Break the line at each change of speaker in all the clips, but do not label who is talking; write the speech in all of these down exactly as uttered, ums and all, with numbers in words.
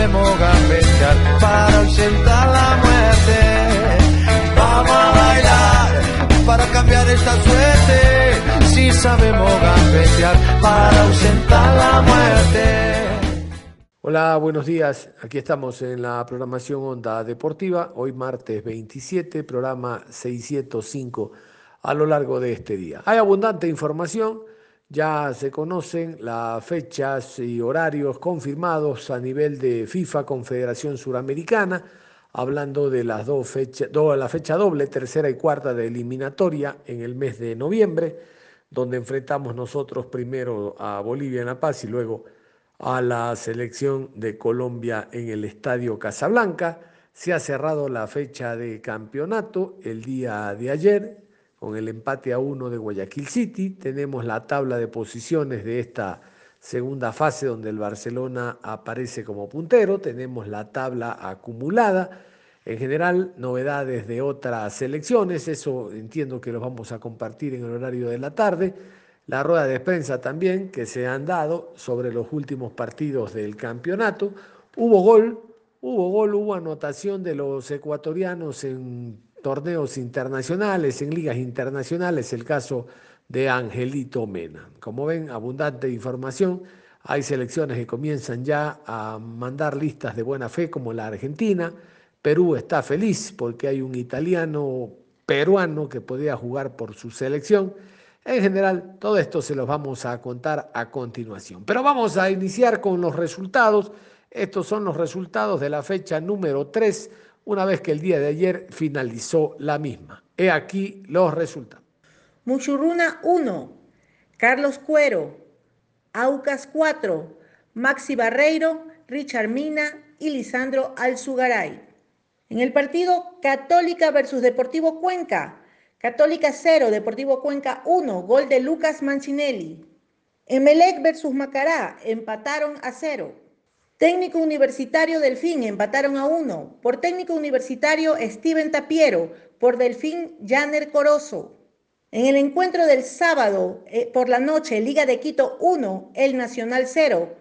sabemos gambetear para ausentar la muerte. Vamos a bailar para cambiar esta suerte. Si sabemos gambetear para ausentar la muerte.
Hola, buenos días. Aquí estamos en la programación Onda Deportiva. Hoy martes veintisiete, programa seiscientos cinco a lo largo de este día. Hay abundante información. Ya se conocen las fechas y horarios confirmados a nivel de FIFA, Confederación Suramericana, hablando de las dos fechas, do, la fecha doble, tercera y cuarta de eliminatoria en el mes de noviembre, donde enfrentamos nosotros primero a Bolivia en La Paz y luego a la selección de Colombia en el Estadio Casablanca. Se ha cerrado la fecha de campeonato el día de ayer, con el empate a uno de Guayaquil City. Tenemos la tabla de posiciones de esta segunda fase donde el Barcelona aparece como puntero. Tenemos la tabla acumulada. En general, novedades de otras selecciones. Eso entiendo que los vamos a compartir en el horario de la tarde. La rueda de prensa también que se han dado sobre los últimos partidos del campeonato. Hubo gol, hubo gol, hubo anotación de los ecuatorianos en torneos internacionales, en ligas internacionales, el caso de Angelito Mena. Como ven, abundante información. Hay selecciones que comienzan ya a mandar listas de buena fe, como la Argentina. Perú está feliz porque hay un italiano peruano que podría jugar por su selección. En general, todo esto se los vamos a contar a continuación. Pero vamos a iniciar con los resultados. Estos son los resultados de la fecha número tres, una vez que el día de ayer finalizó la misma. He aquí los resultados.
Muchurruna uno, Carlos Cuero, Aucas cuatro, Maxi Barreiro, Richard Mina y Lisandro Alzugaray. En el partido Católica versus Deportivo Cuenca, Católica cero, Deportivo Cuenca uno, gol de Lucas Mancinelli. Emelec versus Macará, empataron a cero. Técnico Universitario Delfín, empataron a uno. Por técnico universitario, Steven Tapiero. Por Delfín, Janer Corozo. En el encuentro del sábado, eh, por la noche, Liga de Quito uno, El Nacional cero.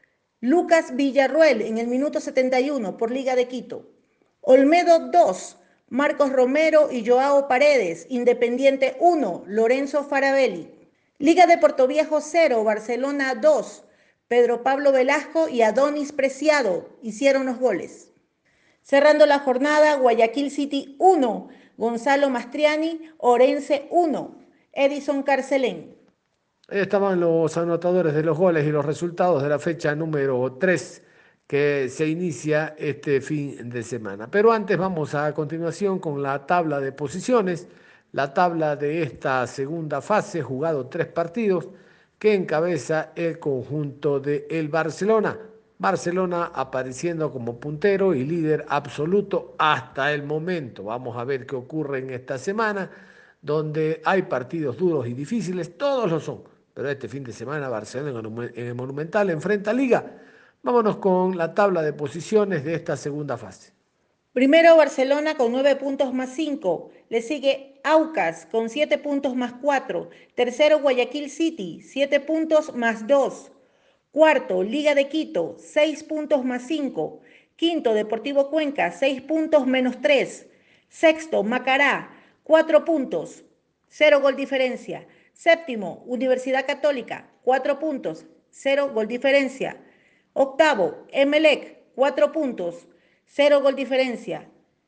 Lucas Villarruel, en el minuto setenta y uno, por Liga de Quito. Olmedo dos, Marcos Romero y Joao Paredes. Independiente uno, Lorenzo Farabelli. Liga de Portoviejo cero, Barcelona dos. Pedro Pablo Velasco y Adonis Preciado hicieron los goles. Cerrando la jornada, Guayaquil City uno, Gonzalo Mastriani, Orense uno, Edison Carcelén.
Ahí estaban los anotadores de los goles y los resultados de la fecha número tres que se inicia este fin de semana. Pero antes vamos a continuación con la tabla de posiciones, la tabla de esta segunda fase, jugado tres partidos, que encabeza el conjunto del Barcelona. Barcelona apareciendo como puntero y líder absoluto hasta el momento. Vamos a ver qué ocurre en esta semana, donde hay partidos duros y difíciles, todos lo son. Pero este fin de semana Barcelona en el Monumental enfrenta a Liga. Vámonos con la tabla de posiciones de esta segunda fase.
Primero Barcelona con nueve puntos más cinco, le sigue Aucas con siete puntos más cuatro, tercero Guayaquil City, siete puntos más dos, cuarto Liga de Quito, seis puntos más cinco, quinto Deportivo Cuenca, seis puntos menos tres, sexto Macará, cuatro puntos, cero gol diferencia, séptimo Universidad Católica, cuatro puntos, cero gol diferencia, octavo Emelec, cuatro puntos, cero gol diferencia.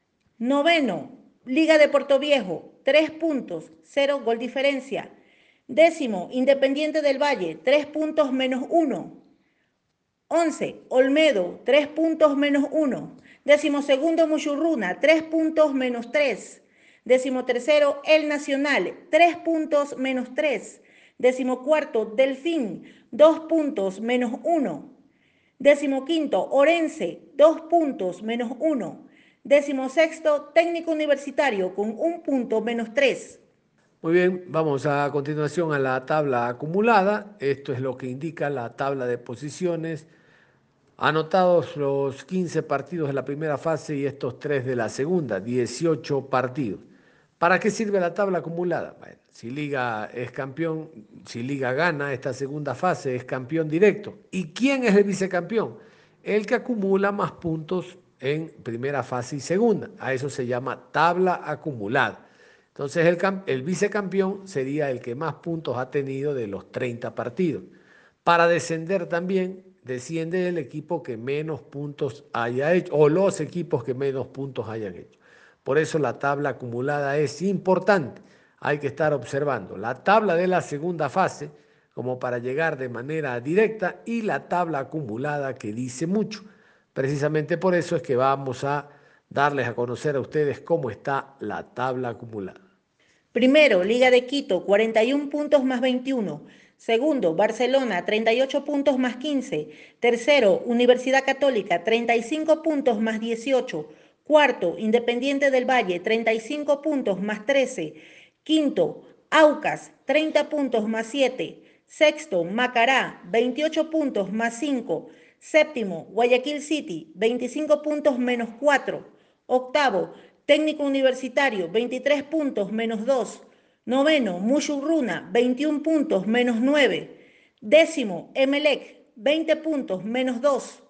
Noveno, Liga de Portoviejo, tres puntos, cero gol diferencia. Décimo, Independiente del Valle, tres puntos menos uno. Once, Olmedo, tres puntos menos uno. Décimo segundo, Muchurruna, tres puntos menos tres. Décimo tercero, El Nacional, tres puntos menos tres. Décimo cuarto, Delfín, dos puntos menos uno. Décimo quinto, Orense, dos puntos menos uno. Décimo sexto, Técnico Universitario con un punto menos tres.
Muy bien, vamos a continuación a la tabla acumulada. Esto es lo que indica la tabla de posiciones. Anotados los quince partidos de la primera fase y estos tres de la segunda, dieciocho partidos. ¿Para qué sirve la tabla acumulada? Bueno, si Liga es campeón, si Liga gana esta segunda fase, es campeón directo. ¿Y quién es el vicecampeón? el que acumula más puntos en primera fase y segunda. A eso se llama tabla acumulada. Entonces el, el vicecampeón sería el que más puntos ha tenido de los treinta partidos. Para descender también, desciende el equipo que menos puntos haya hecho, o los equipos que menos puntos hayan hecho. Por eso la tabla acumulada es importante. Hay que estar observando la tabla de la segunda fase, como para llegar de manera directa, y la tabla acumulada, que dice mucho. Precisamente por eso es que vamos a darles a conocer a ustedes cómo está la tabla acumulada.
Primero, Liga de Quito, cuarenta y un puntos más veintiuno. Segundo, Barcelona, treinta y ocho puntos más quince. Tercero, Universidad Católica, treinta y cinco puntos más dieciocho. Cuarto, Independiente del Valle, treinta y cinco puntos más trece. Quinto, Aucas, treinta puntos más siete. Sexto, Macará, veintiocho puntos más cinco. Séptimo, Guayaquil City, veinticinco puntos menos cuatro. Octavo, Técnico Universitario, veintitrés puntos menos dos. Noveno, Mushurruna, veintiún puntos menos nueve. Décimo, Emelec, veinte puntos menos dos.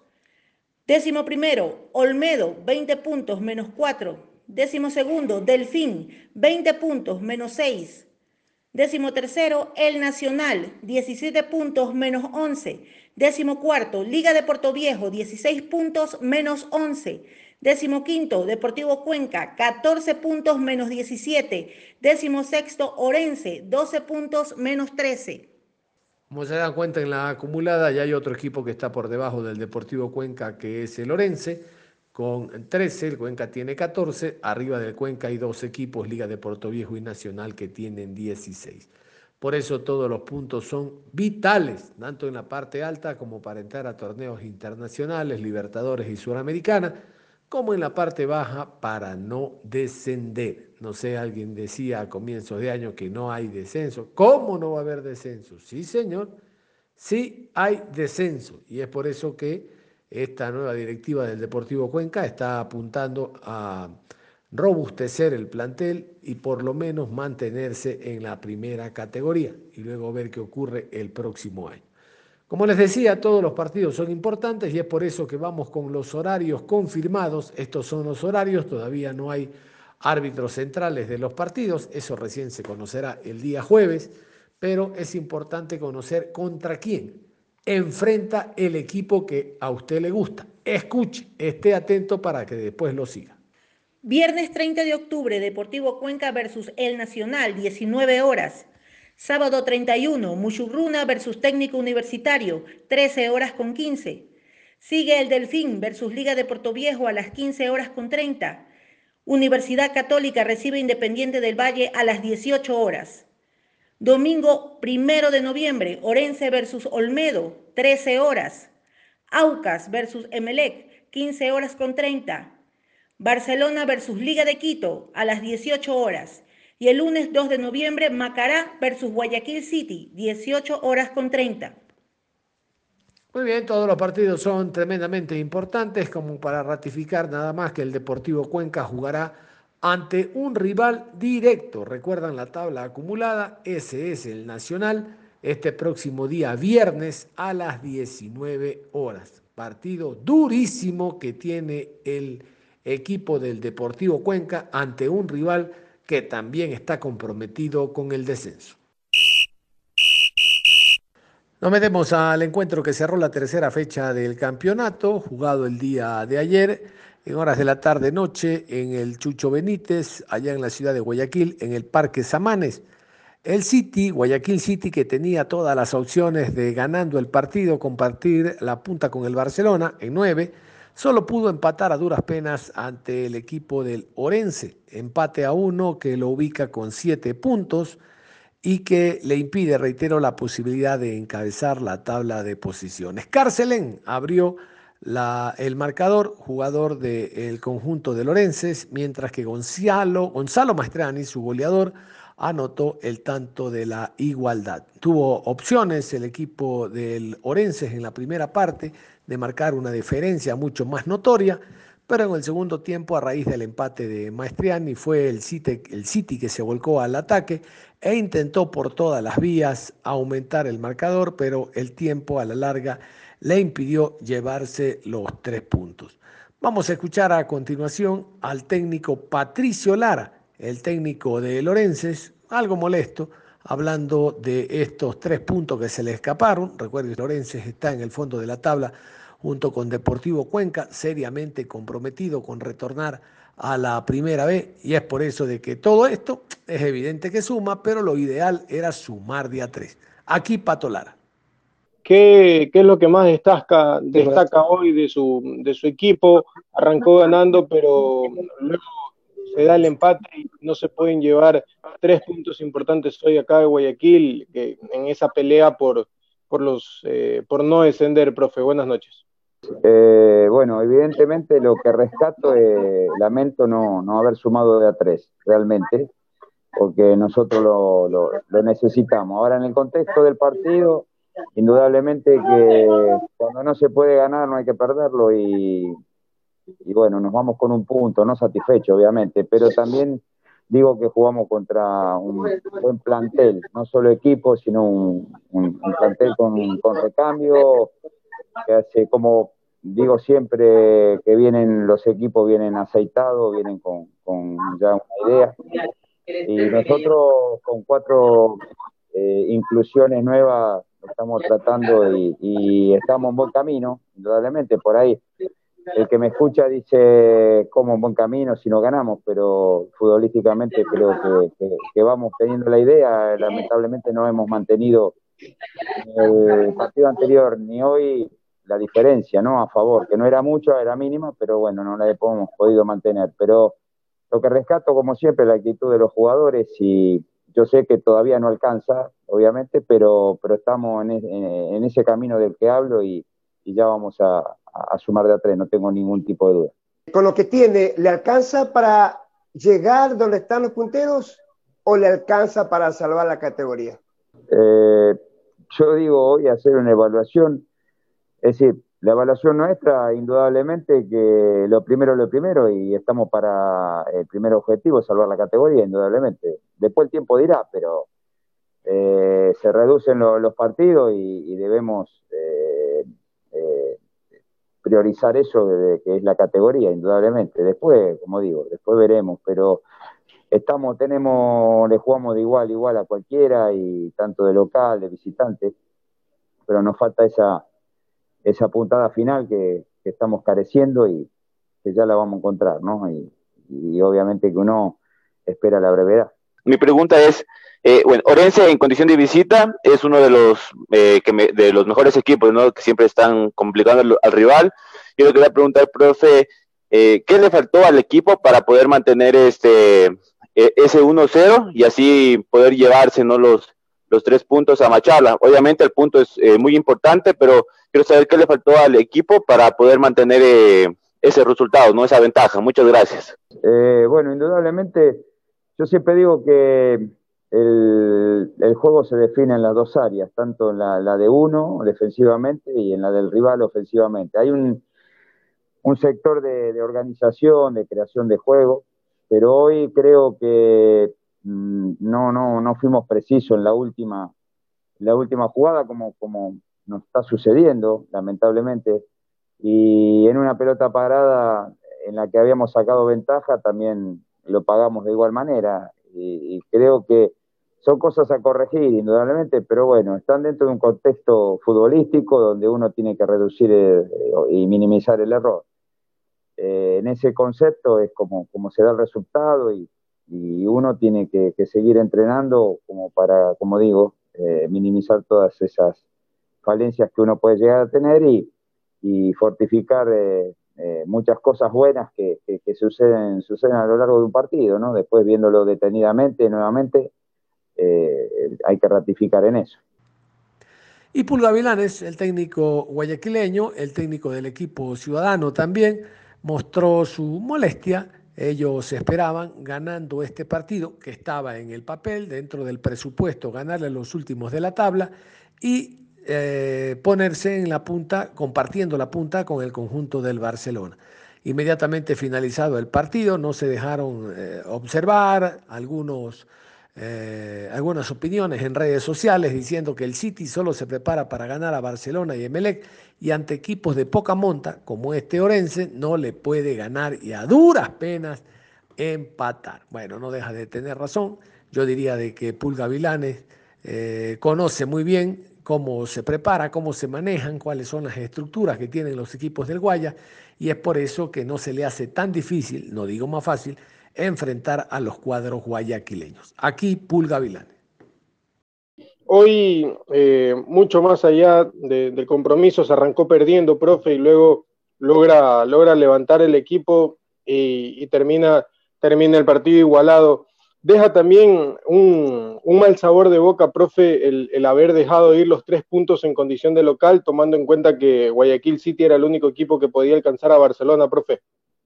Décimo primero, Olmedo, veinte puntos menos cuatro. Décimo segundo, Delfín, veinte puntos menos seis. Décimo tercero, El Nacional, diecisiete puntos menos once. Décimo cuarto, Liga de Puerto Viejo, dieciséis puntos menos once. Décimo quinto, Deportivo Cuenca, catorce puntos menos diecisiete. Décimo sexto, Orense, doce puntos menos trece.
Como se dan cuenta en la acumulada, ya hay otro equipo que está por debajo del Deportivo Cuenca, que es el Orense, con trece, el Cuenca tiene catorce, arriba del Cuenca hay dos equipos, Liga de Puerto Viejo y Nacional, que tienen dieciséis. Por eso todos los puntos son vitales, tanto en la parte alta como para entrar a torneos internacionales, Libertadores y Suramericana, como en la parte baja para no descender. No sé, alguien decía a comienzos de año que no hay descenso. ¿Cómo no va a haber descenso? Sí, señor, sí hay descenso. Y es por eso que esta nueva directiva del Deportivo Cuenca está apuntando a robustecer el plantel y por lo menos mantenerse en la primera categoría y luego ver qué ocurre el próximo año. Como les decía, todos los partidos son importantes y es por eso que vamos con los horarios confirmados. Estos son los horarios, todavía no hay árbitros centrales de los partidos, eso recién se conocerá el día jueves, pero es importante conocer contra quién enfrenta el equipo que a usted le gusta. Escuche, esté atento para que después lo siga.
Viernes treinta de octubre, Deportivo Cuenca versus El Nacional, diecinueve horas. Sábado treinta y uno, Mushurruna versus Técnico Universitario, trece horas con quince. Sigue el Delfín versus Liga de Puerto Viejo a las quince horas con treinta. Universidad Católica recibe Independiente del Valle a las dieciocho horas. Domingo primero de noviembre, Orense versus Olmedo, trece horas. Aucas versus Emelec, quince horas con treinta. Barcelona versus Liga de Quito a las dieciocho horas. Y el lunes dos de noviembre, Macará versus Guayaquil City, dieciocho horas con treinta.
Muy bien, todos los partidos son tremendamente importantes, como para ratificar nada más que el Deportivo Cuenca jugará ante un rival directo. Recuerdan la tabla acumulada, ese es el Nacional, este próximo día viernes a las diecinueve horas. Partido durísimo que tiene el equipo del Deportivo Cuenca ante un rival que también está comprometido con el descenso. Nos metemos al encuentro que cerró la tercera fecha del campeonato, jugado el día de ayer, en horas de la tarde-noche, en el Chucho Benítez, allá en la ciudad de Guayaquil, en el Parque Samanes. El City, Guayaquil City, que tenía todas las opciones de ganando el partido, compartir la punta con el Barcelona en nueve, solo pudo empatar a duras penas ante el equipo del Orense, empate a uno que lo ubica con siete puntos y que le impide, reitero, la posibilidad de encabezar la tabla de posiciones. Carcelén abrió la, el marcador, jugador del conjunto de Lorenses, mientras que Gonzalo, Gonzalo Maestrani, su goleador, anotó el tanto de la igualdad. Tuvo opciones el equipo del Orenses en la primera parte de marcar una diferencia mucho más notoria, pero en el segundo tiempo, a raíz del empate de Maestriani, fue el City, el City que se volcó al ataque e intentó por todas las vías aumentar el marcador, pero el tiempo a la larga le impidió llevarse los tres puntos. Vamos a escuchar a continuación al técnico Patricio Lara, el técnico de Lorenses, algo molesto, hablando de estos tres puntos que se le escaparon. Recuerden que Lorenses está en el fondo de la tabla junto con Deportivo Cuenca, seriamente comprometido con retornar a la primera B, y es por eso de que todo esto es evidente que suma, pero lo ideal era sumar de a tres. Aquí Pato Lara.
¿Qué, qué es lo que más destaca, destaca hoy de su, de su equipo? Arrancó ganando, pero luego se da el empate y no se pueden llevar tres puntos importantes hoy acá de Guayaquil, que en esa pelea por, por, los, eh, por no descender, profe. Buenas noches.
Eh, bueno, evidentemente lo que rescato, eh, lamento no, no haber sumado de a tres, realmente, porque nosotros lo, lo, lo necesitamos. Ahora, en el contexto del partido, indudablemente que cuando no se puede ganar no hay que perderlo y, y bueno, nos vamos con un punto, no satisfecho obviamente, pero también digo que jugamos contra un buen plantel, no solo equipo, sino un, un, un plantel con, con recambio, que hace, como digo siempre, que vienen los equipos, vienen aceitados, vienen con, con ya una idea, y nosotros con cuatro eh, inclusiones nuevas estamos tratando y, y estamos en buen camino, indudablemente. Por ahí el que me escucha dice cómo en buen camino si no ganamos, pero futbolísticamente creo que, que, que vamos teniendo la idea. Lamentablemente no hemos mantenido el partido anterior ni hoy la diferencia, ¿no? A favor, que no era mucho, era mínima, pero bueno, no la hemos podido mantener. Pero lo que rescato, como siempre, la actitud de los jugadores, y yo sé que todavía no alcanza, obviamente, pero, pero estamos en, en, en ese camino del que hablo y, y ya vamos a, a sumar de a tres, no tengo ningún tipo de duda.
Con lo que tiene, ¿le alcanza para llegar donde están los punteros o le alcanza para salvar la categoría?
Eh, yo digo hoy hacer una evaluación, es decir, la evaluación nuestra, indudablemente que lo primero es lo primero y estamos para el primer objetivo, salvar la categoría, indudablemente. Después el tiempo dirá, pero eh, se reducen lo, los partidos y, y debemos eh, eh, priorizar eso de, de que es la categoría, indudablemente. Después, como digo, después veremos, pero estamos, tenemos, le jugamos de igual a igual a cualquiera, y tanto de local, de visitante, pero nos falta esa esa puntada final que, que estamos careciendo y que ya la vamos a encontrar, ¿no? Y, y obviamente que uno espera la brevedad.
Mi pregunta es, eh, bueno, Orense en condición de visita es uno de los eh, que me, de los mejores equipos, ¿no? Que siempre están complicando al, al rival. Yo le quería preguntar, profe, eh, ¿qué le faltó al equipo para poder mantener este eh, ese uno cero y así poder llevarse, ¿no? los los tres puntos a Machala? Obviamente el punto es eh, muy importante, pero quiero saber qué le faltó al equipo para poder mantener eh, ese resultado, no esa ventaja. Muchas gracias.
Eh, bueno, indudablemente, yo siempre digo que el, el juego se define en las dos áreas, tanto en la, la de uno defensivamente y en la del rival ofensivamente. Hay un, un sector de, de organización, de creación de juego, pero hoy creo que no, no, no fuimos precisos en la última, la última jugada, como, como nos está sucediendo, lamentablemente, y en una pelota parada en la que habíamos sacado ventaja también lo pagamos de igual manera, y, y creo que son cosas a corregir, indudablemente, pero bueno, están dentro de un contexto futbolístico donde uno tiene que reducir el, y minimizar el error. Eh, en ese concepto es como, como se da el resultado, y y uno tiene que, que seguir entrenando como para, como digo, eh, minimizar todas esas falencias que uno puede llegar a tener y, y fortificar eh, eh, muchas cosas buenas que, que, que suceden, suceden a lo largo de un partido, ¿no? Después, viéndolo detenidamente, nuevamente, eh, hay que ratificar en eso.
Y Pulga Vilanes, el técnico guayaquileño, el técnico del equipo ciudadano también, mostró su molestia. Ellos esperaban, ganando este partido, que estaba en el papel, dentro del presupuesto, ganarle a los últimos de la tabla y eh, ponerse en la punta, compartiendo la punta con el conjunto del Barcelona. Inmediatamente finalizado el partido, no se dejaron eh, observar algunos, eh, algunas opiniones en redes sociales diciendo que el City solo se prepara para ganar a Barcelona y Emelec y ante equipos de poca monta como este Orense no le puede ganar y a duras penas empatar. Bueno, no deja de tener razón. Yo diría de que Pulga Vilanes eh, conoce muy bien cómo se prepara, cómo se manejan, cuáles son las estructuras que tienen los equipos del Guaya, y es por eso que no se le hace tan difícil, no digo más fácil, enfrentar a los cuadros guayaquileños. Aquí Pulga Vilanes.
Hoy, eh, mucho más allá de, del compromiso, se arrancó perdiendo, profe, y luego logra, logra levantar el equipo y, y termina, termina el partido igualado. Deja también un, un mal sabor de boca, profe, el, el haber dejado ir los tres puntos en condición de local, tomando en cuenta que Guayaquil City era el único equipo que podía alcanzar a Barcelona, profe.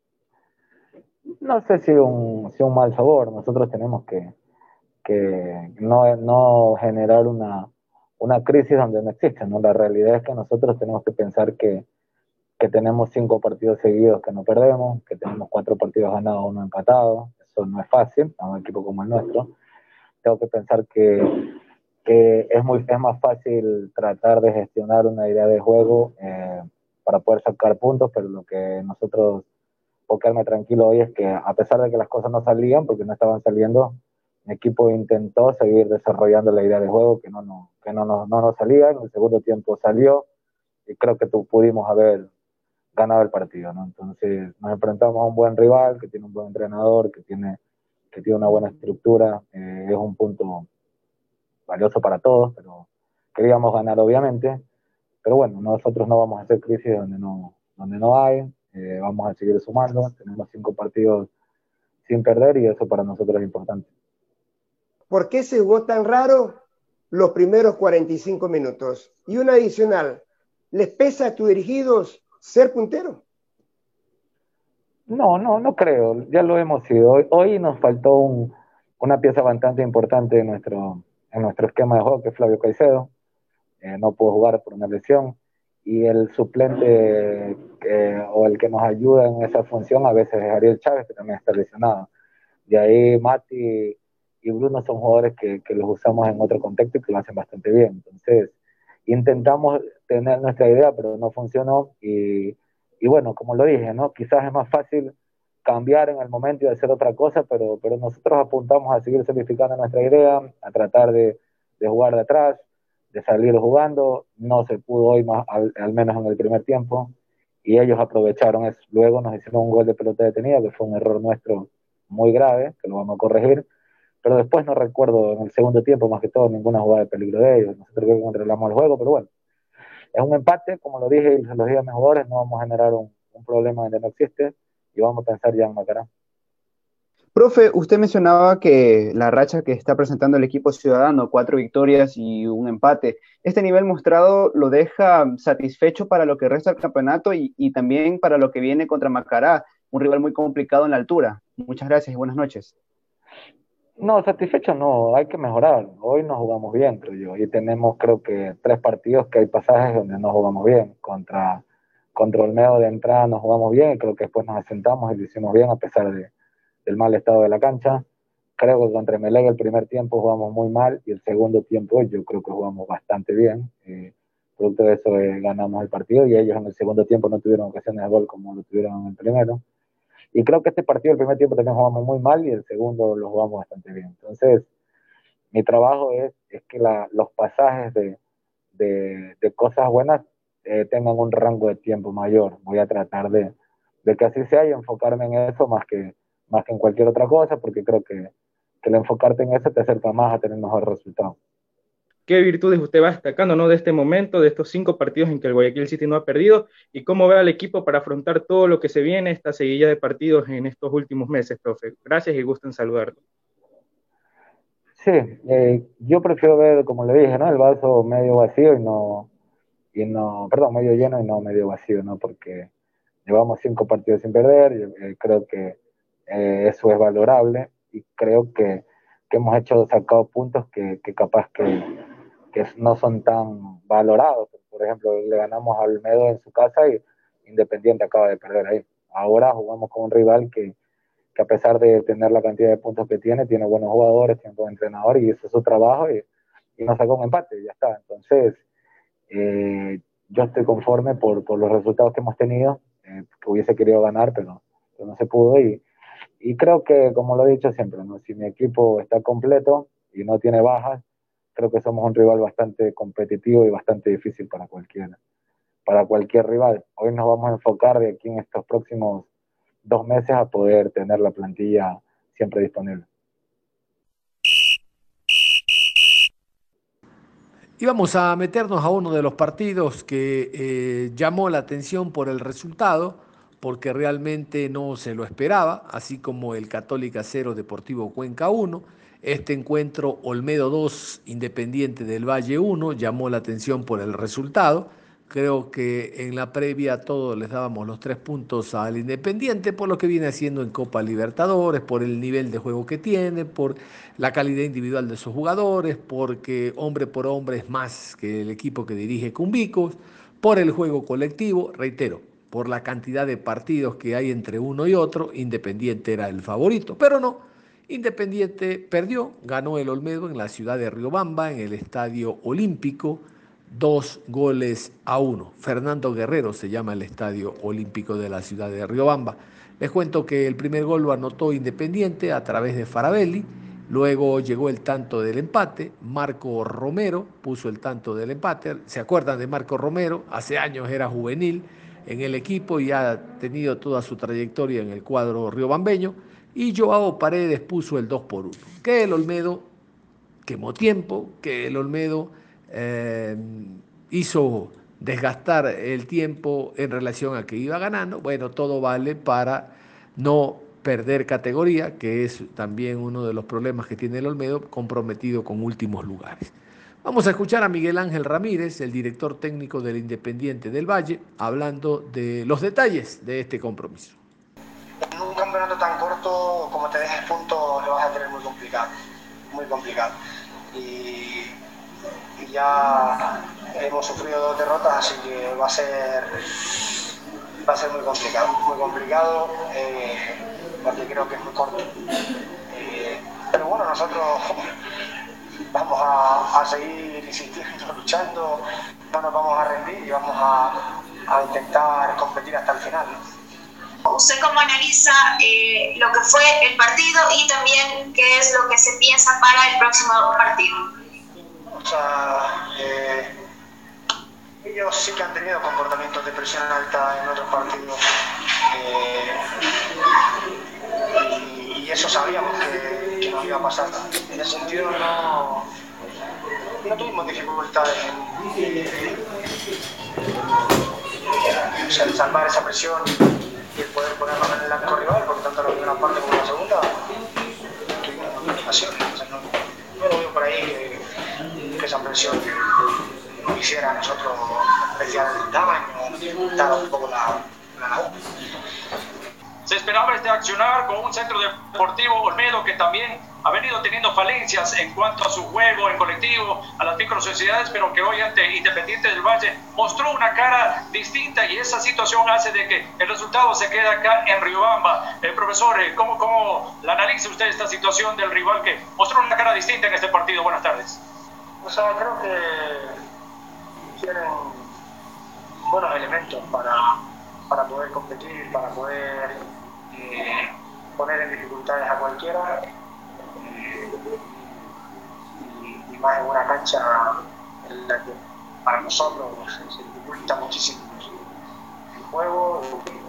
No sé si un, si un mal sabor. Nosotros tenemos que, que no, no generar una, una crisis donde no existe, ¿no? La realidad es que nosotros tenemos que pensar que, que tenemos cinco partidos seguidos que no perdemos, que tenemos cuatro partidos ganados, uno empatado. Eso no es fácil a un equipo como el nuestro. Tengo que pensar que, que es, muy, es más fácil tratar de gestionar una idea de juego eh, para poder sacar puntos, pero lo que nosotros, o quedarme tranquilo hoy, es que a pesar de que las cosas no salían, porque no estaban saliendo, el equipo intentó seguir desarrollando la idea de juego que no, no, que no, no, no nos salía. En el segundo tiempo salió y creo que tú pudimos haber ganado el partido, ¿no? Entonces nos enfrentamos a un buen rival que tiene un buen entrenador, que tiene, que tiene una buena estructura. Eh, es un punto valioso para todos, pero queríamos ganar obviamente, pero bueno, nosotros no vamos a hacer crisis donde no, donde no hay. Eh, vamos a seguir sumando, tenemos cinco partidos sin perder y eso para nosotros es importante.
¿Por qué se jugó tan raro los primeros cuarenta y cinco minutos? Y una adicional, ¿les pesa a tus dirigidos ser puntero?
No, no, no creo, ya lo hemos sido. Hoy, hoy nos faltó un, una pieza bastante importante en nuestro, en nuestro esquema de juego, que es Flavio Caicedo. Eh, no pudo jugar por una lesión. Y el suplente eh, o el que nos ayuda en esa función a veces es Ariel Chávez, que también está lesionado. De ahí Mati y Bruno son jugadores que, que los usamos en otro contexto y que lo hacen bastante bien. Entonces, intentamos tener nuestra idea, pero no funcionó. Y, y bueno, como lo dije, ¿no? Quizás es más fácil cambiar en el momento y hacer otra cosa, pero, pero nosotros apuntamos a seguir solidificando nuestra idea, a tratar de, de jugar de atrás, de salir jugando. No se pudo hoy, más, al, al menos en el primer tiempo, y ellos aprovecharon eso. Luego nos hicieron un gol de pelota detenida, que fue un error nuestro muy grave, que lo vamos a corregir, pero después no recuerdo en el segundo tiempo, más que todo, ninguna jugada de peligro de ellos. Nosotros creo que controlamos el juego, pero bueno, es un empate, como lo dije y se los dije a mis jugadores, no vamos a generar un, un problema donde no existe y vamos a pensar ya en Macará.
Profe, usted mencionaba que la racha que está presentando el equipo ciudadano, cuatro victorias y un empate, ¿este nivel mostrado lo deja satisfecho para lo que resta del campeonato y, y también para lo que viene contra Macará, un rival muy complicado en la altura? Muchas gracias y buenas noches.
No, satisfecho no, hay que mejorar. Hoy no jugamos bien, creo yo, y tenemos creo que tres partidos que hay pasajes donde no jugamos bien. Contra, contra Olmedo de entrada no jugamos bien, y creo que después nos asentamos y lo hicimos bien a pesar de del mal estado de la cancha. Creo que contra Emelec el primer tiempo jugamos muy mal y el segundo tiempo yo creo que jugamos bastante bien. Eh, producto de eso eh, ganamos el partido y ellos en el segundo tiempo no tuvieron ocasiones de gol como lo tuvieron en el primero. Y creo que este partido el primer tiempo también jugamos muy mal y el segundo lo jugamos bastante bien. Entonces, mi trabajo es, es que la, los pasajes de, de, de cosas buenas eh, tengan un rango de tiempo mayor. Voy a tratar de, de que así sea y enfocarme en eso más que más que en cualquier otra cosa, porque creo que, que el enfocarte en eso te acerca más a tener mejores resultados.
¿Qué virtudes usted va destacando, ¿no?, de este momento, de estos cinco partidos en que el Guayaquil City no ha perdido, y cómo ve al equipo para afrontar todo lo que se viene, esta seguidilla de partidos en estos últimos meses, profe? Gracias y gusto en saludarlo.
Sí, eh, yo prefiero ver, como le dije, ¿no?, el vaso medio vacío y no, y no, perdón, medio lleno y no medio vacío, ¿no?, porque llevamos cinco partidos sin perder. Yo, eh, creo que Eh, eso es valorable y creo que, que hemos hecho sacado puntos que, que capaz que, que no son tan valorados. Por ejemplo, le ganamos a Olmedo en su casa y Independiente acaba de perder ahí. ahora jugamos con un rival que, que a pesar de tener la cantidad de puntos que tiene, tiene buenos jugadores, tiene buen entrenador y hizo su trabajo y, y nos sacó un empate y ya está. Entonces, eh, yo estoy conforme por, por los resultados que hemos tenido, eh, que hubiese querido ganar, pero, pero no se pudo y, y creo que, como lo he dicho siempre, ¿no? Si mi equipo está completo y no tiene bajas, creo que somos un rival bastante competitivo y bastante difícil para cualquier, para cualquier rival. Hoy nos vamos a enfocar de aquí en estos próximos dos meses a poder tener la plantilla siempre disponible.
Y vamos a meternos a uno de los partidos que eh, llamó la atención por el resultado, porque realmente no se lo esperaba, así como el Católica cero, Deportivo Cuenca uno. Este encuentro Olmedo dos, Independiente del Valle uno, llamó la atención por el resultado. Creo que en la previa todos les dábamos los tres puntos al Independiente por lo que viene haciendo en Copa Libertadores, por el nivel de juego que tiene, por la calidad individual de sus jugadores, porque hombre por hombre es más que el equipo que dirige Cumbicos, por el juego colectivo, reitero, por la cantidad de partidos que hay entre uno y otro, Independiente era el favorito, pero no. Independiente perdió, ganó el Olmedo en la ciudad de Riobamba, en el Estadio Olímpico, dos goles a uno. Fernando Guerrero se llama el Estadio Olímpico de la ciudad de Riobamba. Les cuento que el primer gol lo anotó Independiente a través de Farabelli, luego llegó el tanto del empate, Marco Romero puso el tanto del empate. ¿Se acuerdan de Marco Romero? Hace años era juvenil en el equipo y ha tenido toda su trayectoria en el cuadro riobambeño. Y Joao Paredes puso el dos por uno. Que el Olmedo quemó tiempo, que el Olmedo eh, hizo desgastar el tiempo en relación a que iba ganando. Bueno, todo vale para no perder categoría, que es también uno de los problemas que tiene el Olmedo, comprometido con últimos lugares. Vamos a escuchar a Miguel Ángel Ramírez, el director técnico del Independiente del Valle, hablando de los detalles de este compromiso.
En un campeonato tan corto, como te dejes puntos, lo vas a tener muy complicado, muy complicado. Y, y ya hemos sufrido dos derrotas, así que va a ser, va a ser muy complicado, muy complicado, eh, porque creo que es muy corto. Eh, pero bueno, nosotros vamos a, a seguir insistiendo, luchando, no nos vamos a rendir y vamos a, a intentar competir hasta el final.
¿Usted cómo analiza eh, lo que fue el partido y también qué es lo que se piensa para el próximo partido?
O sea, eh, ellos sí que han tenido comportamientos de presión alta en otros partidos eh, y, y eso sabíamos que, que nos iba a pasar. En ese sentido no, no tuvimos dificultades en, en, o sea, en salvar esa presión y el poder ponernos en el arco rival, por lo tanto la primera parte como la segunda tuvimos ocasiones. Entonces no, no lo veo por ahí que, que esa presión nos hiciera a nosotros especial daño o dificultar un poco la, la labor.
Se esperaba este accionar con un centro deportivo Olmedo que también ha venido teniendo falencias en cuanto a su juego en colectivo, a las microsociedades, pero que hoy ante Independiente del Valle mostró una cara distinta y esa situación hace de que el resultado se queda acá en Riobamba. Eh, profesor, ¿cómo, ¿cómo la analiza usted esta situación del rival que mostró una cara distinta en este partido? Buenas tardes.
O sea, creo que tienen buenos elementos para, para poder competir, para poder eh, poner en dificultades a cualquiera. Y, y más en una cancha en la que para nosotros se dificulta muchísimo el juego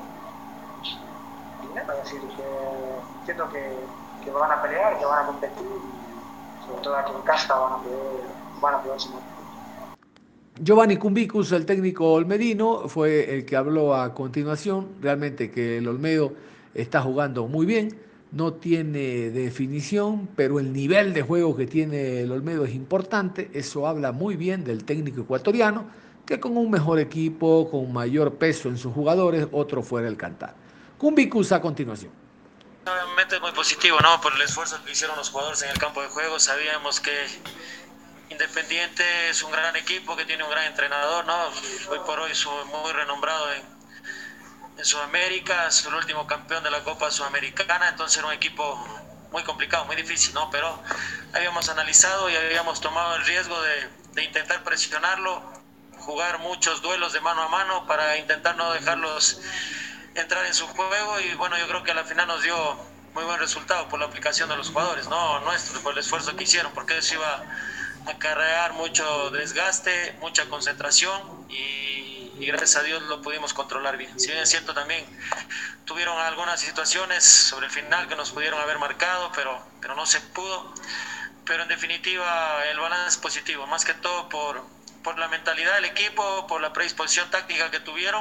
y nada, es decir, que entiendo que, que van a pelear, que van a competir y sobre todo aquí en casa van a poder, van a poder sumar.
Giovanni Cumbicus, el técnico olmedino, fue el que habló a continuación. Realmente que el Olmedo está jugando muy bien, no tiene definición, pero el nivel de juego que tiene el Olmedo es importante. Eso habla muy bien del técnico ecuatoriano, que con un mejor equipo, con mayor peso en sus jugadores, otro fuera el cantar. Cumbicus a continuación.
Obviamente es muy positivo, ¿no? Por el esfuerzo que hicieron los jugadores en el campo de juego. Sabíamos que Independiente es un gran equipo que tiene un gran entrenador, ¿no? Hoy por hoy es muy renombrado en, en Sudamérica, es el último campeón de la Copa Sudamericana, entonces era un equipo muy complicado, muy difícil, ¿no? Pero habíamos analizado y habíamos tomado el riesgo de, de intentar presionarlo, jugar muchos duelos de mano a mano para intentar no dejarlos entrar en su juego, y bueno, yo creo que a la final nos dio muy buen resultado por la aplicación de los jugadores, no nuestro, por el esfuerzo que hicieron, porque eso iba a acarrear mucho desgaste, mucha concentración, y, y gracias a Dios lo pudimos controlar bien. Si bien es cierto, también tuvieron algunas situaciones sobre el final que nos pudieron haber marcado, pero, pero no se pudo. Pero en definitiva el balance es positivo, más que todo por, por la mentalidad del equipo, por la predisposición táctica que tuvieron,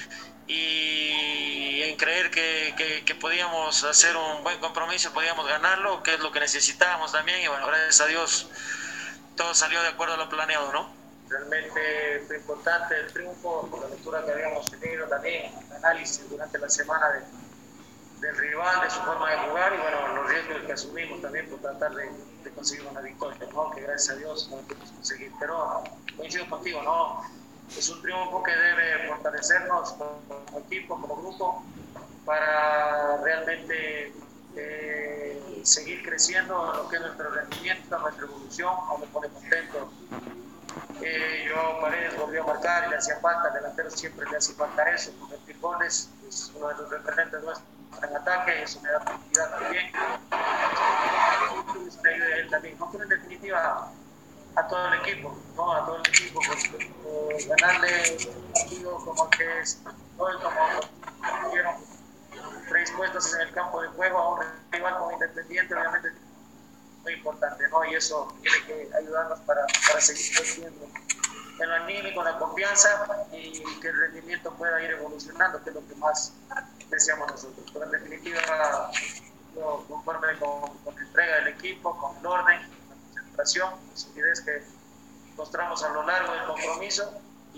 y en creer que, que, que podíamos hacer un buen compromiso, podíamos ganarlo, que es lo que necesitábamos también, y bueno, gracias a Dios todo salió de acuerdo a lo planeado, ¿no? Realmente fue importante el triunfo, por la lectura que habíamos tenido también, el análisis durante la semana de, del rival, de su forma de jugar, y bueno, los riesgos que asumimos también por tratar de, de conseguir una victoria, ¿no? Que gracias a Dios no pudimos conseguir. Pero coincido contigo, ¿no? Es un triunfo que debe fortalecernos como equipo, como grupo, para realmente eh, seguir creciendo en lo que es nuestro rendimiento, nuestra evolución. Me pone contento. Eh, yo Paredes volvió a marcar y le hacía falta, al delantero siempre le hace falta eso, convertir goles, es uno de los referentes nuestros en ataque, eso me da tranquilidad también. Eso me ayuda a él también, no, pero en definitiva a todo el equipo, ¿no? A todo el equipo, porque eh, ganarle un partido como el que es hoy, como estuvieron predispuestos en el campo de juego a un rival como Independiente, obviamente es muy importante, ¿no? Y eso tiene que ayudarnos para, para seguir creciendo en lo anímico, en la confianza, y que el rendimiento pueda ir evolucionando, que es lo que más deseamos nosotros. Pero en definitiva, yo conforme con, con la entrega del equipo, con el orden, la solidez que mostramos a lo largo del compromiso,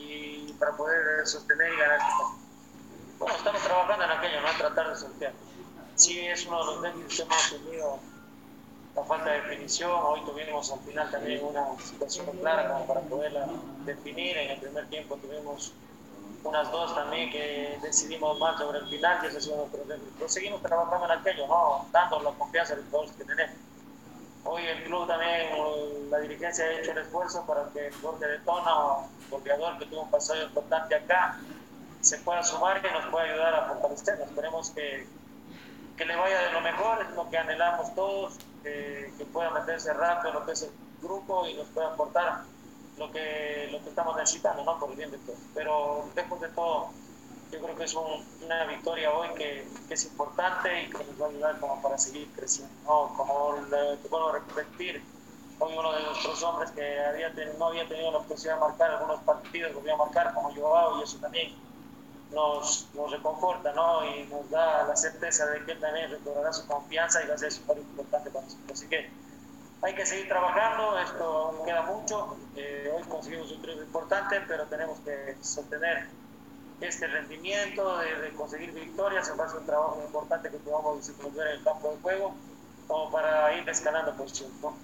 y para poder sostener y ganar este partido. Bueno, estamos trabajando en aquello, ¿no? Tratar de sortear. Sí, es uno de los déficits que hemos tenido, la falta de definición. Hoy tuvimos al final también una situación clara como para poderla definir. En el primer tiempo tuvimos unas dos también que decidimos mal sobre el final, y eso ha sido nuestro déficit. Pero seguimos trabajando en aquello, ¿no? Dando la confianza a los jugadores que tenemos. Hoy el club también, la dirigencia ha hecho el esfuerzo para que el gol de Detona, goleador que tuvo un pasaje importante acá, se pueda sumar y nos pueda ayudar a fortalecernos. Esperemos que, que le vaya de lo mejor, es lo que anhelamos todos, que, que pueda meterse rápido en lo que es el grupo y nos pueda aportar lo que, lo que estamos necesitando, ¿no? Por el bien de todos. Pero lejos de todo, yo creo que es un, una victoria hoy que, que es importante y que nos va a ayudar como para seguir creciendo, ¿no? Como le, te puedo repetir, hoy uno de nuestros hombres que había ten, no había tenido la posibilidad de marcar algunos partidos, volvió a marcar como Joao, y eso también nos, nos reconforta, ¿no? Y nos da la certeza de que él también recobrará su confianza y va a ser súper importante para nosotros. Así que hay que seguir trabajando, esto nos queda mucho, eh, hoy conseguimos un triunfo importante, pero tenemos que sostener este rendimiento de, de conseguir victorias en base a un trabajo importante que podamos desenvolver en el campo de juego, como para ir escalando posición, ¿no?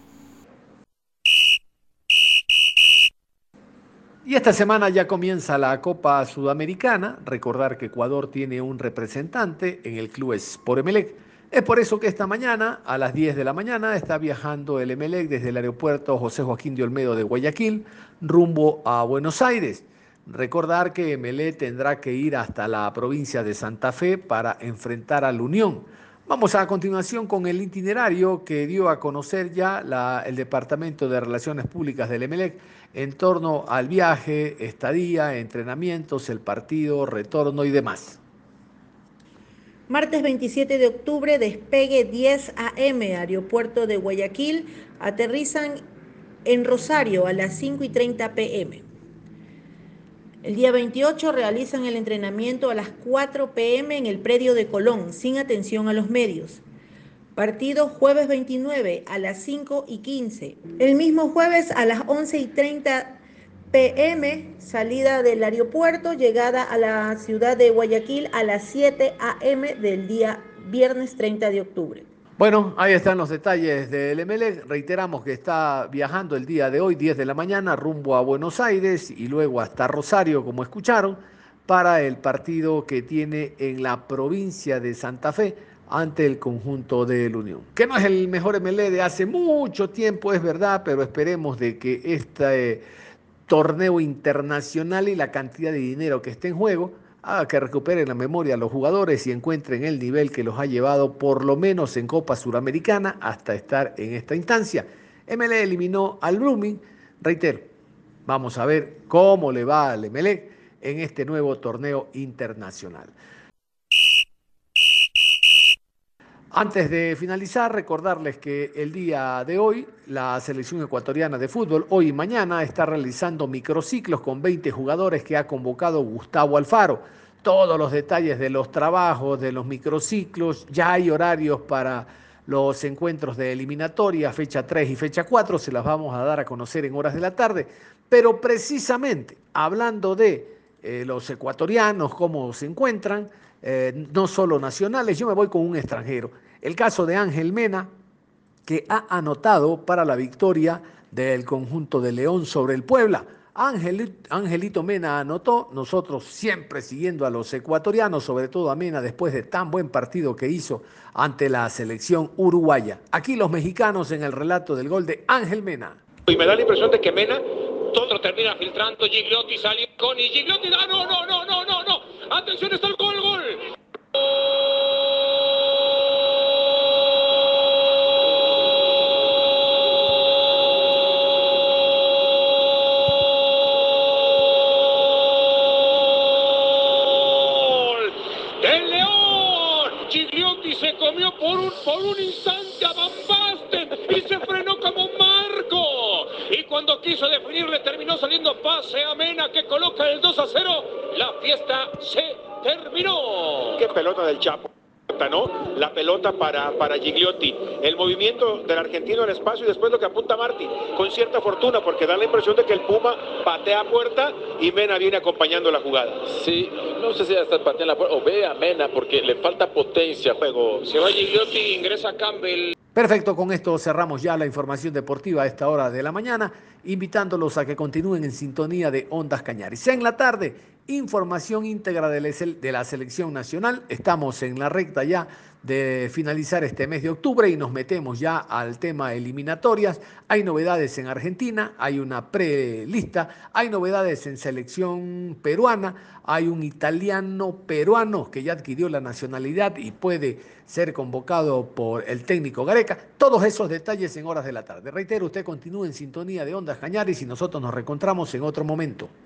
Y esta semana ya comienza la Copa Sudamericana. Recordar que Ecuador tiene un representante en el club Sport Emelec. Es por eso que esta mañana, a las diez de la mañana, está viajando el Emelec desde el aeropuerto José Joaquín de Olmedo de Guayaquil rumbo a Buenos Aires. Recordar que Emelec tendrá que ir hasta la provincia de Santa Fe para enfrentar a la Unión. Vamos a continuación con el itinerario que dio a conocer ya la, el Departamento de Relaciones Públicas del Emelec en torno al viaje, estadía, entrenamientos, el partido, retorno y demás.
Martes veintisiete de octubre, despegue diez a eme, aeropuerto de Guayaquil, aterrizan en Rosario a las cinco y treinta pe eme. El día veintiocho realizan el entrenamiento a las cuatro pe eme en el predio de Colón, sin atención a los medios. Partido jueves veintinueve a las cinco y quince. El mismo jueves a las once y treinta pe eme, salida del aeropuerto, llegada a la ciudad de Guayaquil a las siete a eme del día viernes treinta de octubre.
Bueno, ahí están los detalles del Emelec. Reiteramos que está viajando el día de hoy, diez de la mañana, rumbo a Buenos Aires y luego hasta Rosario, como escucharon, para el partido que tiene en la provincia de Santa Fe ante el conjunto de la Unión. Que no es el mejor M L E de hace mucho tiempo, es verdad, pero esperemos de que este eh, torneo internacional y la cantidad de dinero que esté en juego haga que recuperen la memoria a los jugadores y encuentren el nivel que los ha llevado por lo menos en Copa Suramericana hasta estar en esta instancia. M L E eliminó al Blooming, reitero, vamos a ver cómo le va al M L E en este nuevo torneo internacional. Antes de finalizar, recordarles que el día de hoy la selección ecuatoriana de fútbol, hoy y mañana, está realizando microciclos con veinte jugadores que ha convocado Gustavo Alfaro. Todos los detalles de los trabajos, de los microciclos, ya hay horarios para los encuentros de eliminatoria, fecha tres y fecha cuatro, se las vamos a dar a conocer en horas de la tarde. Pero precisamente, hablando de eh, los ecuatorianos, cómo se encuentran, Eh, no solo nacionales, yo me voy con un extranjero. El caso de Ángel Mena, que ha anotado para la victoria del conjunto de León sobre el Puebla. Ángel, Angelito Mena anotó, nosotros siempre siguiendo a los ecuatorianos, sobre todo a Mena después de tan buen partido que hizo ante la selección uruguaya. Aquí los mexicanos en el relato del gol de Ángel Mena.
Y me da la impresión de que Mena todo termina filtrando. Gigliotti salió con y Gigliotti, ah, no, no, no, no, no, no. Atención, está el gol, gol. ¡Gol del León! Gigliotti se comió por un, por un instante a Van Basten y se frenó como Marco. Y cuando quiso definir le terminó saliendo pase a Mena, que coloca el dos a cero. La fiesta se terminó.
Qué pelota del Chapo, ¿no? La pelota para, para Gigliotti. El movimiento del argentino en espacio y después lo que apunta Martí, con cierta fortuna, porque da la impresión de que el Puma patea a puerta y Mena viene acompañando la jugada.
Sí, no sé si hasta patea la puerta o ve a Mena porque le falta potencia. Juego.
Se va Gigliotti, ingresa Campbell.
Perfecto, con esto cerramos ya la información deportiva a esta hora de la mañana, invitándolos a que continúen en sintonía de Ondas Cañaris. En la tarde, información íntegra de la selección nacional. Estamos en la recta ya de finalizar este mes de octubre y nos metemos ya al tema eliminatorias. Hay novedades en Argentina, hay una prelista, hay novedades en selección peruana, hay un italiano peruano que ya adquirió la nacionalidad y puede ser convocado por el técnico Gareca. Todos esos detalles en horas de la tarde. Reitero, usted continúa en sintonía de Ondas Cañaris y nosotros nos reencontramos en otro momento.